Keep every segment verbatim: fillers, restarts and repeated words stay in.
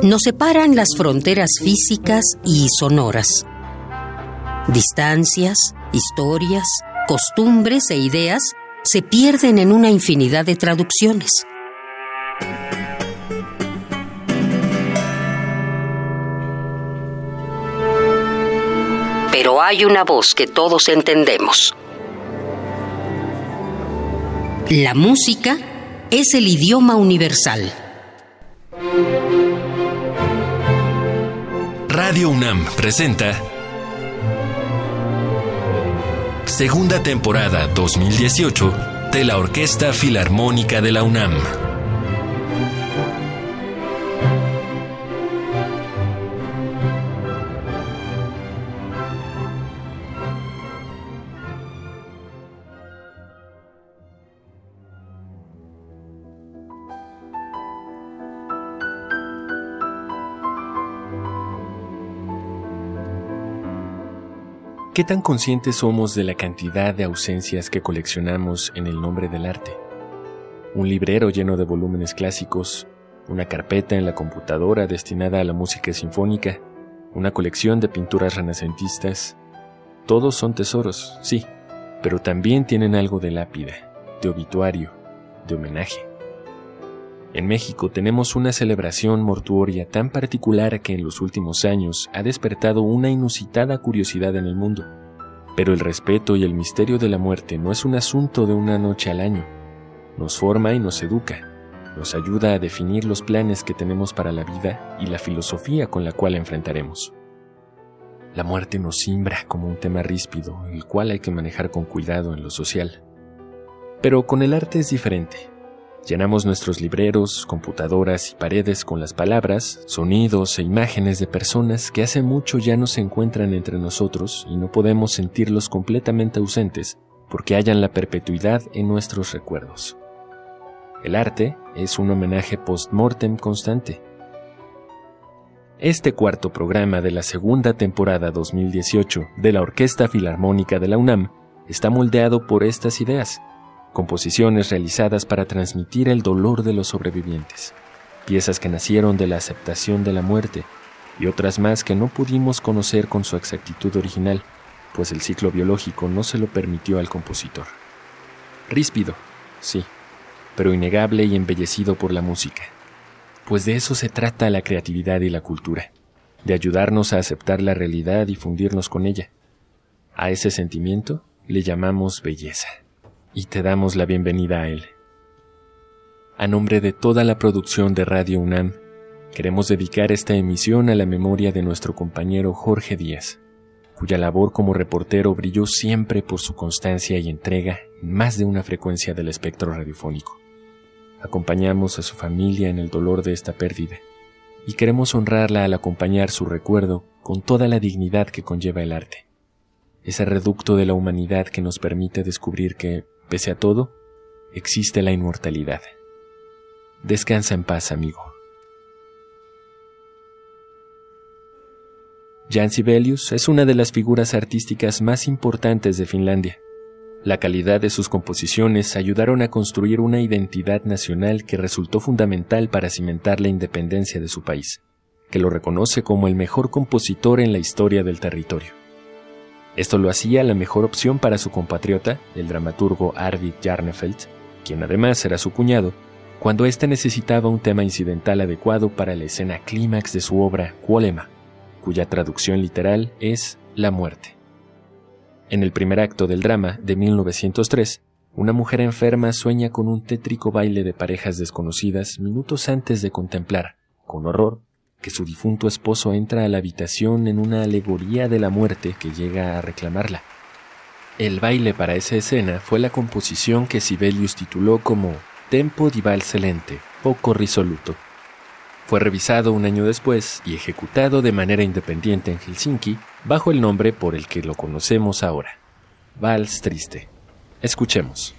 Nos separan las fronteras físicas y sonoras. Distancias, historias, costumbres e ideas se pierden en una infinidad de traducciones. Pero hay una voz que todos entendemos. La música es el idioma universal. Radio UNAM presenta segunda temporada dos mil dieciocho de la Orquesta Filarmónica de la UNAM. ¿Qué tan conscientes somos de la cantidad de ausencias que coleccionamos en el nombre del arte? Un librero lleno de volúmenes clásicos, una carpeta en la computadora destinada a la música sinfónica, una colección de pinturas renacentistas. Todos son tesoros, sí, pero también tienen algo de lápida, de obituario, de homenaje. En México tenemos una celebración mortuoria tan particular que en los últimos años ha despertado una inusitada curiosidad en el mundo. Pero el respeto y el misterio de la muerte no es un asunto de una noche al año. Nos forma y nos educa, nos ayuda a definir los planes que tenemos para la vida y la filosofía con la cual la enfrentaremos. La muerte nos simbra como un tema ríspido, el cual hay que manejar con cuidado en lo social. Pero con el arte es diferente. Llenamos nuestros libreros, computadoras y paredes con las palabras, sonidos e imágenes de personas que hace mucho ya no se encuentran entre nosotros y no podemos sentirlos completamente ausentes porque hallan la perpetuidad en nuestros recuerdos. El arte es un homenaje post-mortem constante. Este cuarto programa de la segunda temporada dos mil dieciocho de la Orquesta Filarmónica de la UNAM está moldeado por estas ideas. Composiciones realizadas para transmitir el dolor de los sobrevivientes, piezas que nacieron de la aceptación de la muerte y otras más que no pudimos conocer con su exactitud original, pues el ciclo biológico no se lo permitió al compositor. Ríspido, sí, pero innegable y embellecido por la música, pues de eso se trata la creatividad y la cultura, de ayudarnos a aceptar la realidad y fundirnos con ella. A ese sentimiento le llamamos belleza. Y te damos la bienvenida a él. A nombre de toda la producción de Radio UNAM, queremos dedicar esta emisión a la memoria de nuestro compañero Jorge Díaz, cuya labor como reportero brilló siempre por su constancia y entrega en más de una frecuencia del espectro radiofónico. Acompañamos a su familia en el dolor de esta pérdida, y queremos honrarla al acompañar su recuerdo con toda la dignidad que conlleva el arte. Ese reducto de la humanidad que nos permite descubrir que, pese a todo, existe la inmortalidad. Descansa en paz, amigo. Jan Sibelius es una de las figuras artísticas más importantes de Finlandia. La calidad de sus composiciones ayudaron a construir una identidad nacional que resultó fundamental para cimentar la independencia de su país, que lo reconoce como el mejor compositor en la historia del territorio. Esto lo hacía la mejor opción para su compatriota, el dramaturgo Arvid Jarnefelt, quien además era su cuñado, cuando éste necesitaba un tema incidental adecuado para la escena clímax de su obra Kuolema, cuya traducción literal es La muerte. En el primer acto del drama de mil novecientos tres, una mujer enferma sueña con un tétrico baile de parejas desconocidas minutos antes de contemplar, con horror, que su difunto esposo entra a la habitación en una alegoría de la muerte que llega a reclamarla. El baile para esa escena fue la composición que Sibelius tituló como Tempo di valse lente, poco risoluto. Fue revisado un año después y ejecutado de manera independiente en Helsinki bajo el nombre por el que lo conocemos ahora, Vals triste. Escuchemos.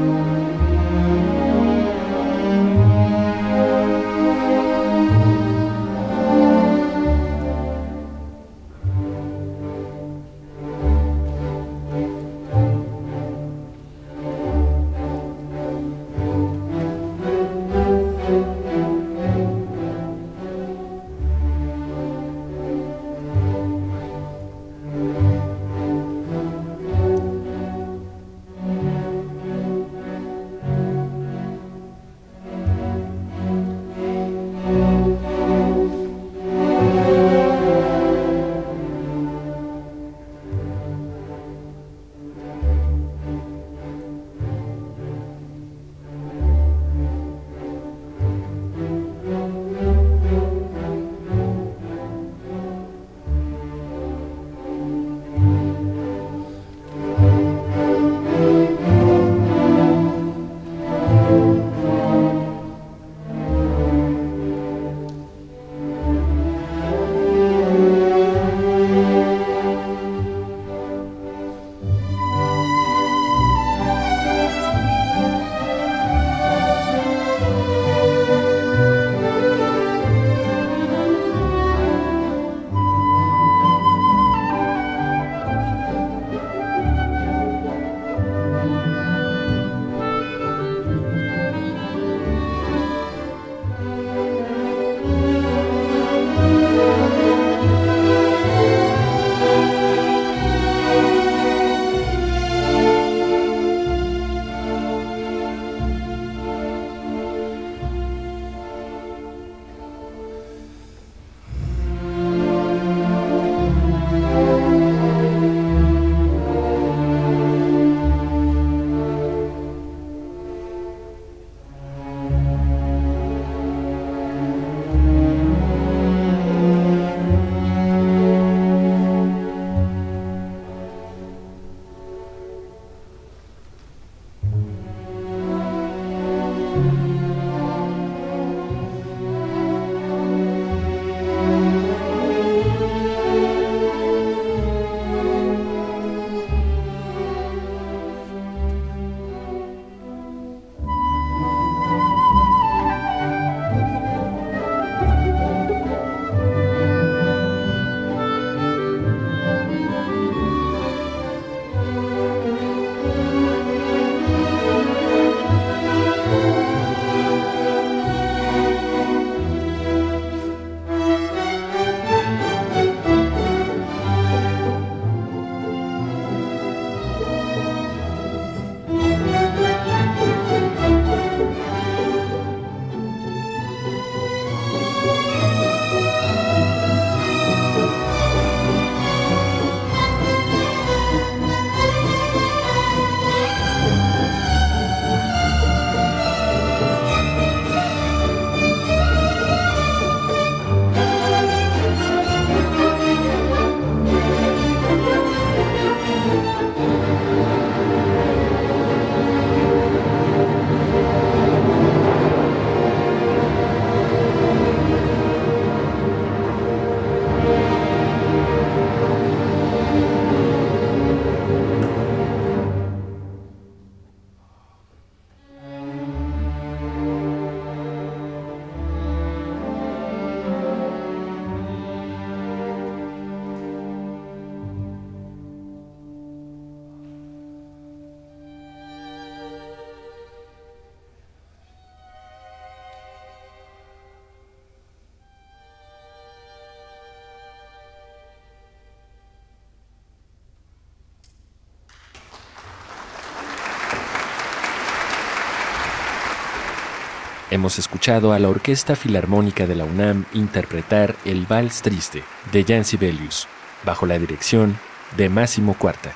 Hemos escuchado a la Orquesta Filarmónica de la UNAM interpretar el Vals Triste de Jan Sibelius, bajo la dirección de Máximo Cuarta.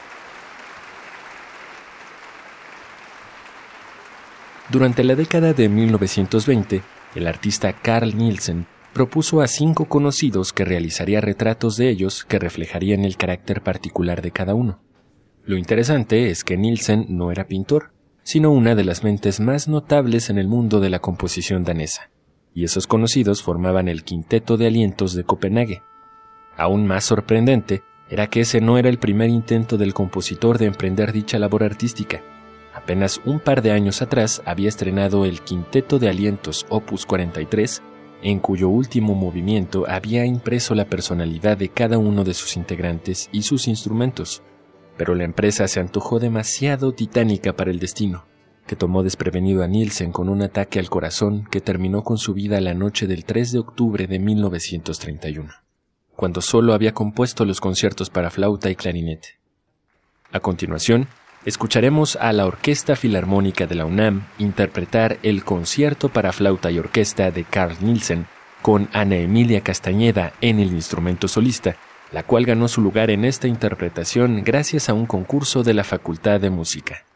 Durante la década de mil novecientos veinte, el artista Carl Nielsen propuso a cinco conocidos que realizaría retratos de ellos que reflejarían el carácter particular de cada uno. Lo interesante es que Nielsen no era pintor, sino una de las mentes más notables en el mundo de la composición danesa, y esos conocidos formaban el Quinteto de Alientos de Copenhague. Aún más sorprendente era que ese no era el primer intento del compositor de emprender dicha labor artística. A Apenas un par de años atrás había estrenado el Quinteto de Alientos Opus cuarenta y tres, en cuyo último movimiento había impreso la personalidad de cada uno de sus integrantes y sus instrumentos, pero la empresa se antojó demasiado titánica para el destino, que tomó desprevenido a Nielsen con un ataque al corazón que terminó con su vida la noche del tres de octubre de mil novecientos treinta y uno, cuando solo había compuesto los conciertos para flauta y clarinete. A continuación, escucharemos a la Orquesta Filarmónica de la UNAM interpretar el concierto para flauta y orquesta de Carl Nielsen con Ana Emilia Castañeda en el instrumento solista, la cual ganó su lugar en esta interpretación gracias a un concurso de la Facultad de Música.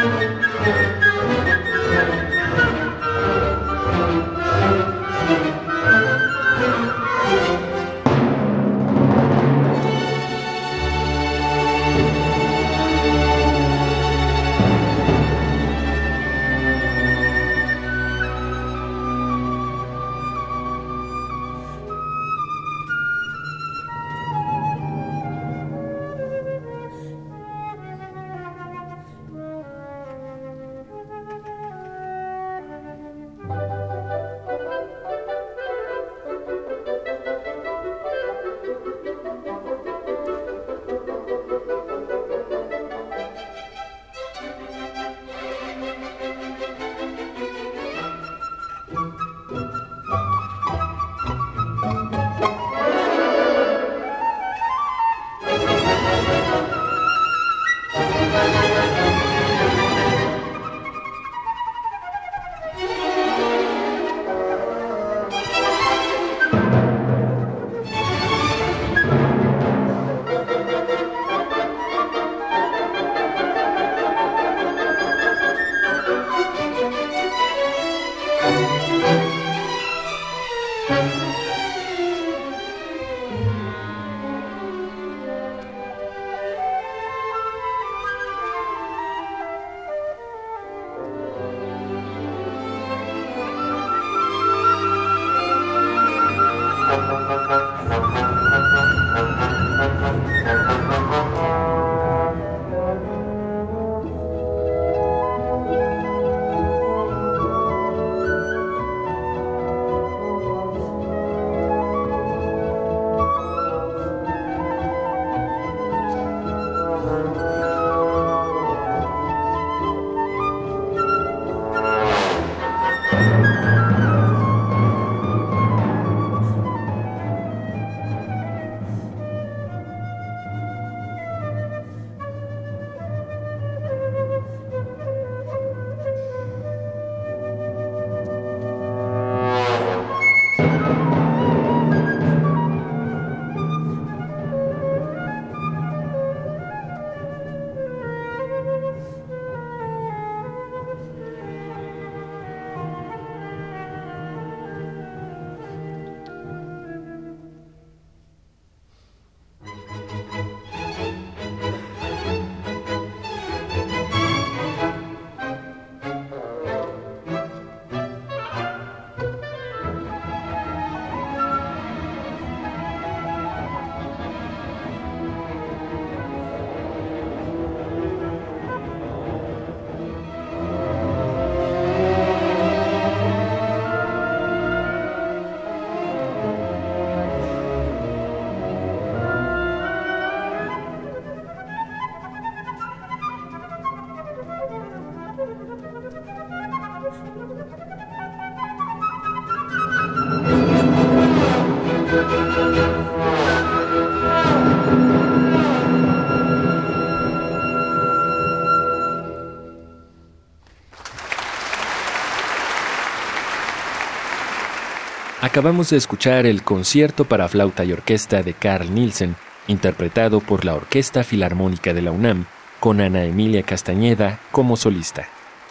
Acabamos de escuchar el concierto para flauta y orquesta de Carl Nielsen, interpretado por la Orquesta Filarmónica de la UNAM, con Ana Emilia Castañeda como solista.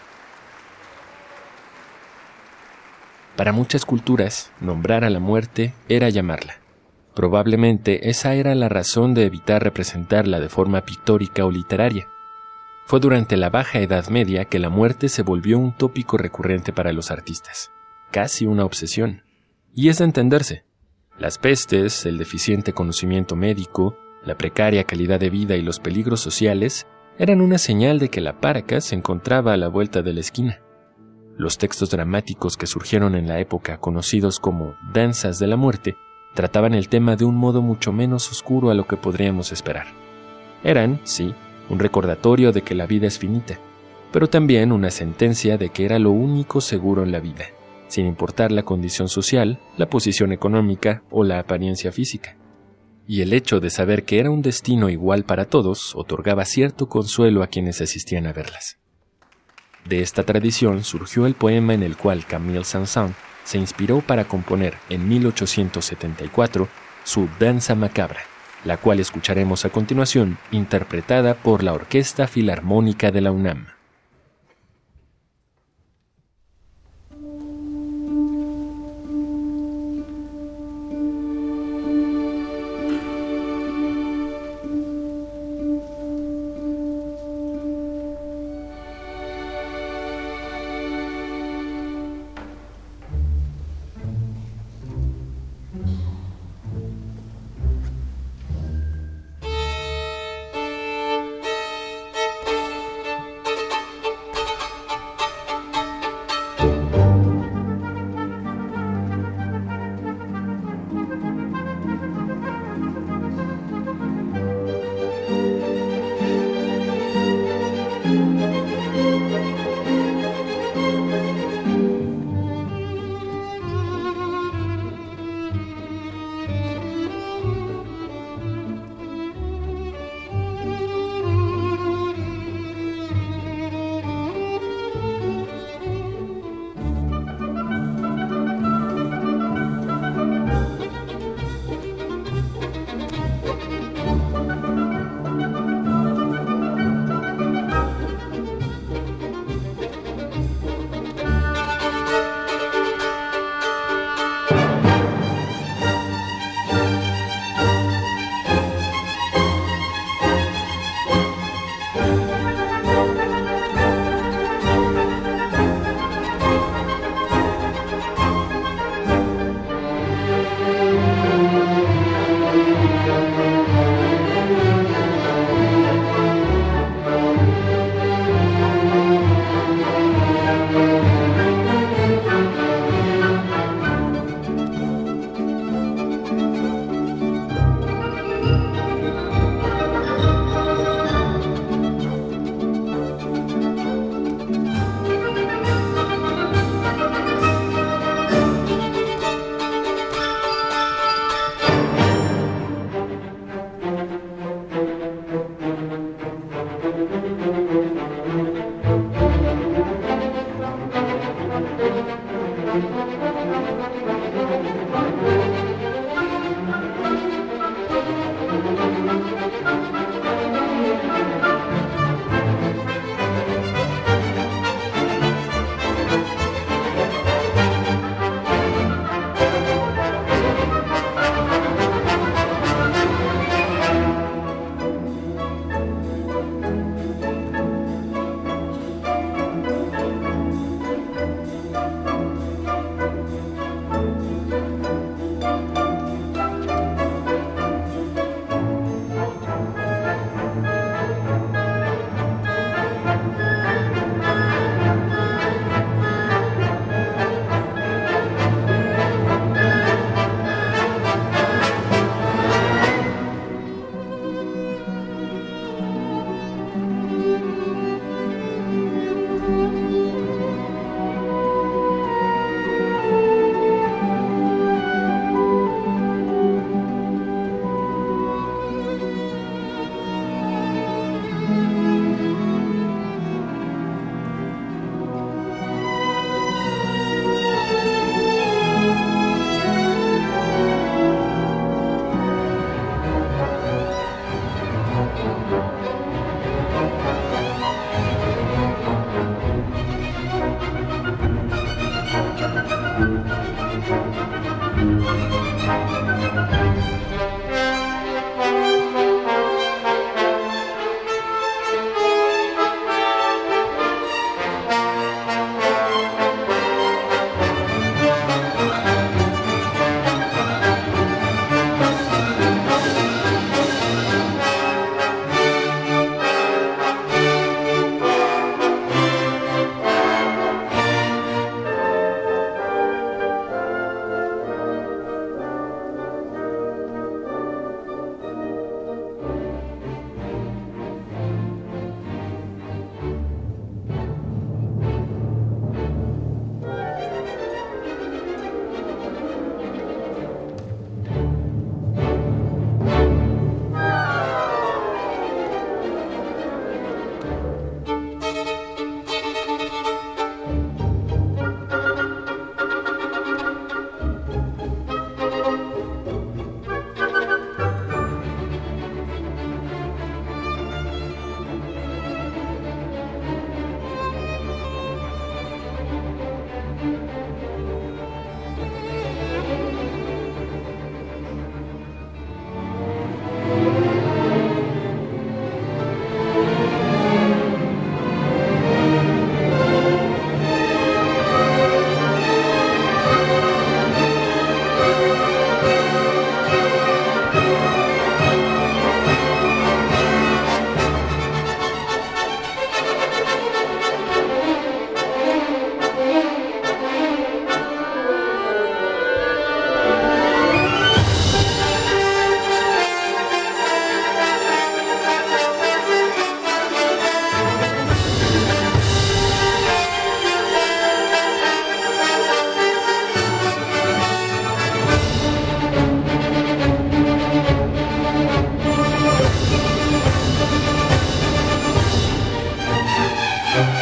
Para muchas culturas, nombrar a la muerte era llamarla. Probablemente esa era la razón de evitar representarla de forma pictórica o literaria. Fue durante la Baja Edad Media que la muerte se volvió un tópico recurrente para los artistas, casi una obsesión. Y es de entenderse. Las pestes, el deficiente conocimiento médico, la precaria calidad de vida y los peligros sociales eran una señal de que la parca se encontraba a la vuelta de la esquina. Los textos dramáticos que surgieron en la época, conocidos como danzas de la muerte, trataban el tema de un modo mucho menos oscuro a lo que podríamos esperar. Eran, sí, un recordatorio de que la vida es finita, pero también una sentencia de que era lo único seguro en la vida, sin importar la condición social, la posición económica o la apariencia física. Y el hecho de saber que era un destino igual para todos otorgaba cierto consuelo a quienes asistían a verlas. De esta tradición surgió el poema en el cual Camille Saint-Saëns se inspiró para componer en mil ochocientos setenta y cuatro su Danza Macabra, la cual escucharemos a continuación, interpretada por la Orquesta Filarmónica de la UNAM.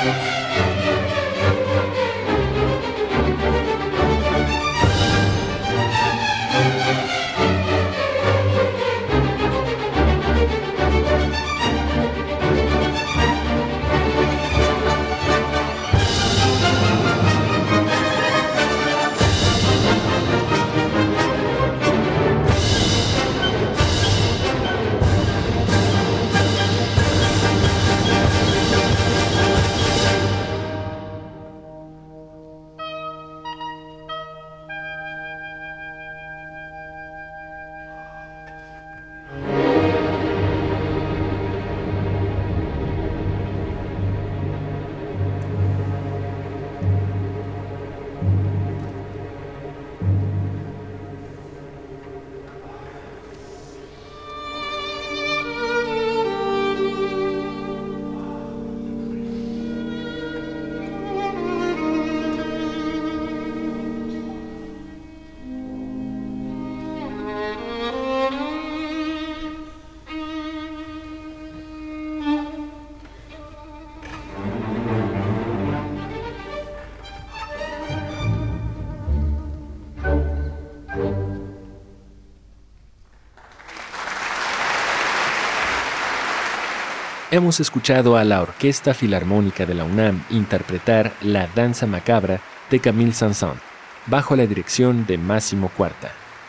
Hemos escuchado a la Orquesta Filarmónica de la UNAM interpretar La Danza Macabra de Camille Saint-Saëns, bajo la dirección de Máximo Cuarta.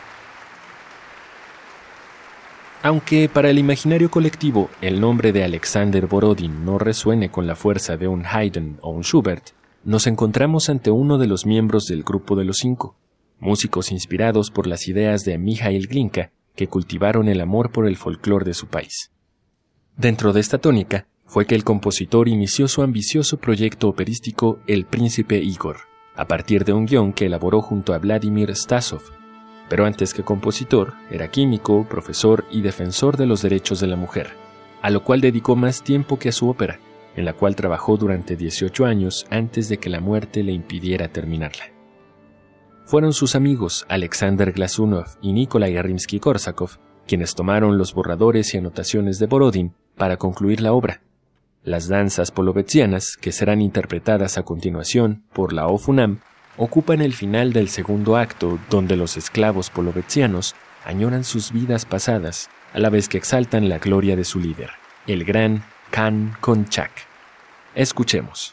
Aunque para el imaginario colectivo el nombre de Alexander Borodin no resuene con la fuerza de un Haydn o un Schubert, nos encontramos ante uno de los miembros del Grupo de los Cinco, músicos inspirados por las ideas de Mikhail Glinka que cultivaron el amor por el folclore de su país. Dentro de esta tónica fue que el compositor inició su ambicioso proyecto operístico El Príncipe Igor, a partir de un guión que elaboró junto a Vladimir Stasov. Pero antes que compositor, era químico, profesor y defensor de los derechos de la mujer, a lo cual dedicó más tiempo que a su ópera, en la cual trabajó durante dieciocho años antes de que la muerte le impidiera terminarla. Fueron sus amigos Alexander Glazunov y Nikolai Rimsky-Korsakov quienes tomaron los borradores y anotaciones de Borodin para concluir la obra. Las danzas polovetzianas, que serán interpretadas a continuación por la O F U N A M, ocupan el final del segundo acto, donde los esclavos polovetzianos añoran sus vidas pasadas, a la vez que exaltan la gloria de su líder, el gran Khan Konchak. Escuchemos.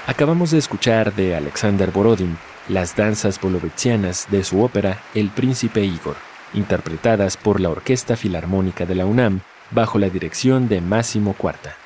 Acabamos de escuchar de Alexander Borodin las danzas bolovetsianas de su ópera El Príncipe Igor, interpretadas por la Orquesta Filarmónica de la UNAM bajo la dirección de Máximo Cuarta.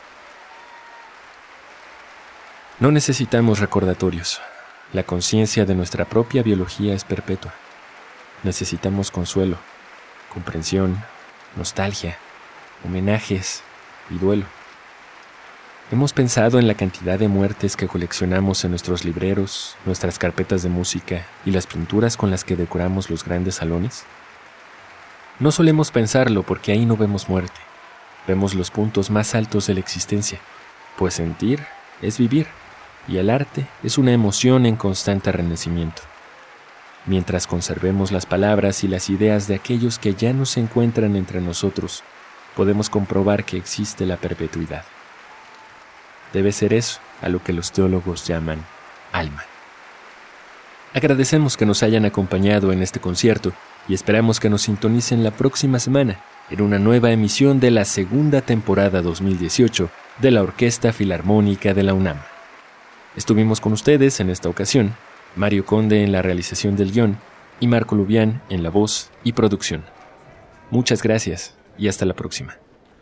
No necesitamos recordatorios. La conciencia de nuestra propia biología es perpetua. Necesitamos consuelo, comprensión, nostalgia, homenajes y duelo. Hemos pensado en la cantidad de muertes que coleccionamos en nuestros libreros, nuestras carpetas de música y las pinturas con las que decoramos los grandes salones. No solemos pensarlo porque ahí no vemos muerte. Vemos los puntos más altos de la existencia, pues sentir es vivir, y el arte es una emoción en constante renacimiento. Mientras conservemos las palabras y las ideas de aquellos que ya no se encuentran entre nosotros, podemos comprobar que existe la perpetuidad. Debe ser eso a lo que los teólogos llaman alma. Agradecemos que nos hayan acompañado en este concierto y esperamos que nos sintonicen la próxima semana en una nueva emisión de la segunda temporada dos mil dieciocho de la Orquesta Filarmónica de la UNAM. Estuvimos con ustedes en esta ocasión, Mario Conde en la realización del guión y Marco Lubián en la voz y producción. Muchas gracias y hasta la próxima.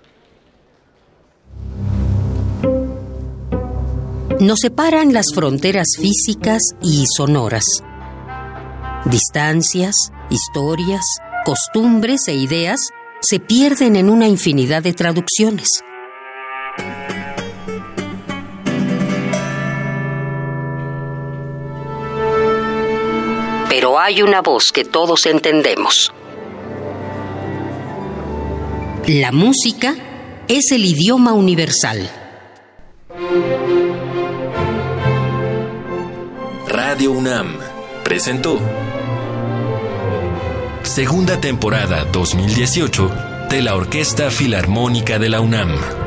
Nos separan las fronteras físicas y sonoras. Distancias, historias, costumbres e ideas se pierden en una infinidad de traducciones. Pero hay una voz que todos entendemos. La música es el idioma universal. Radio UNAM presentó Segunda temporada dos mil dieciocho de la Orquesta Filarmónica de la UNAM.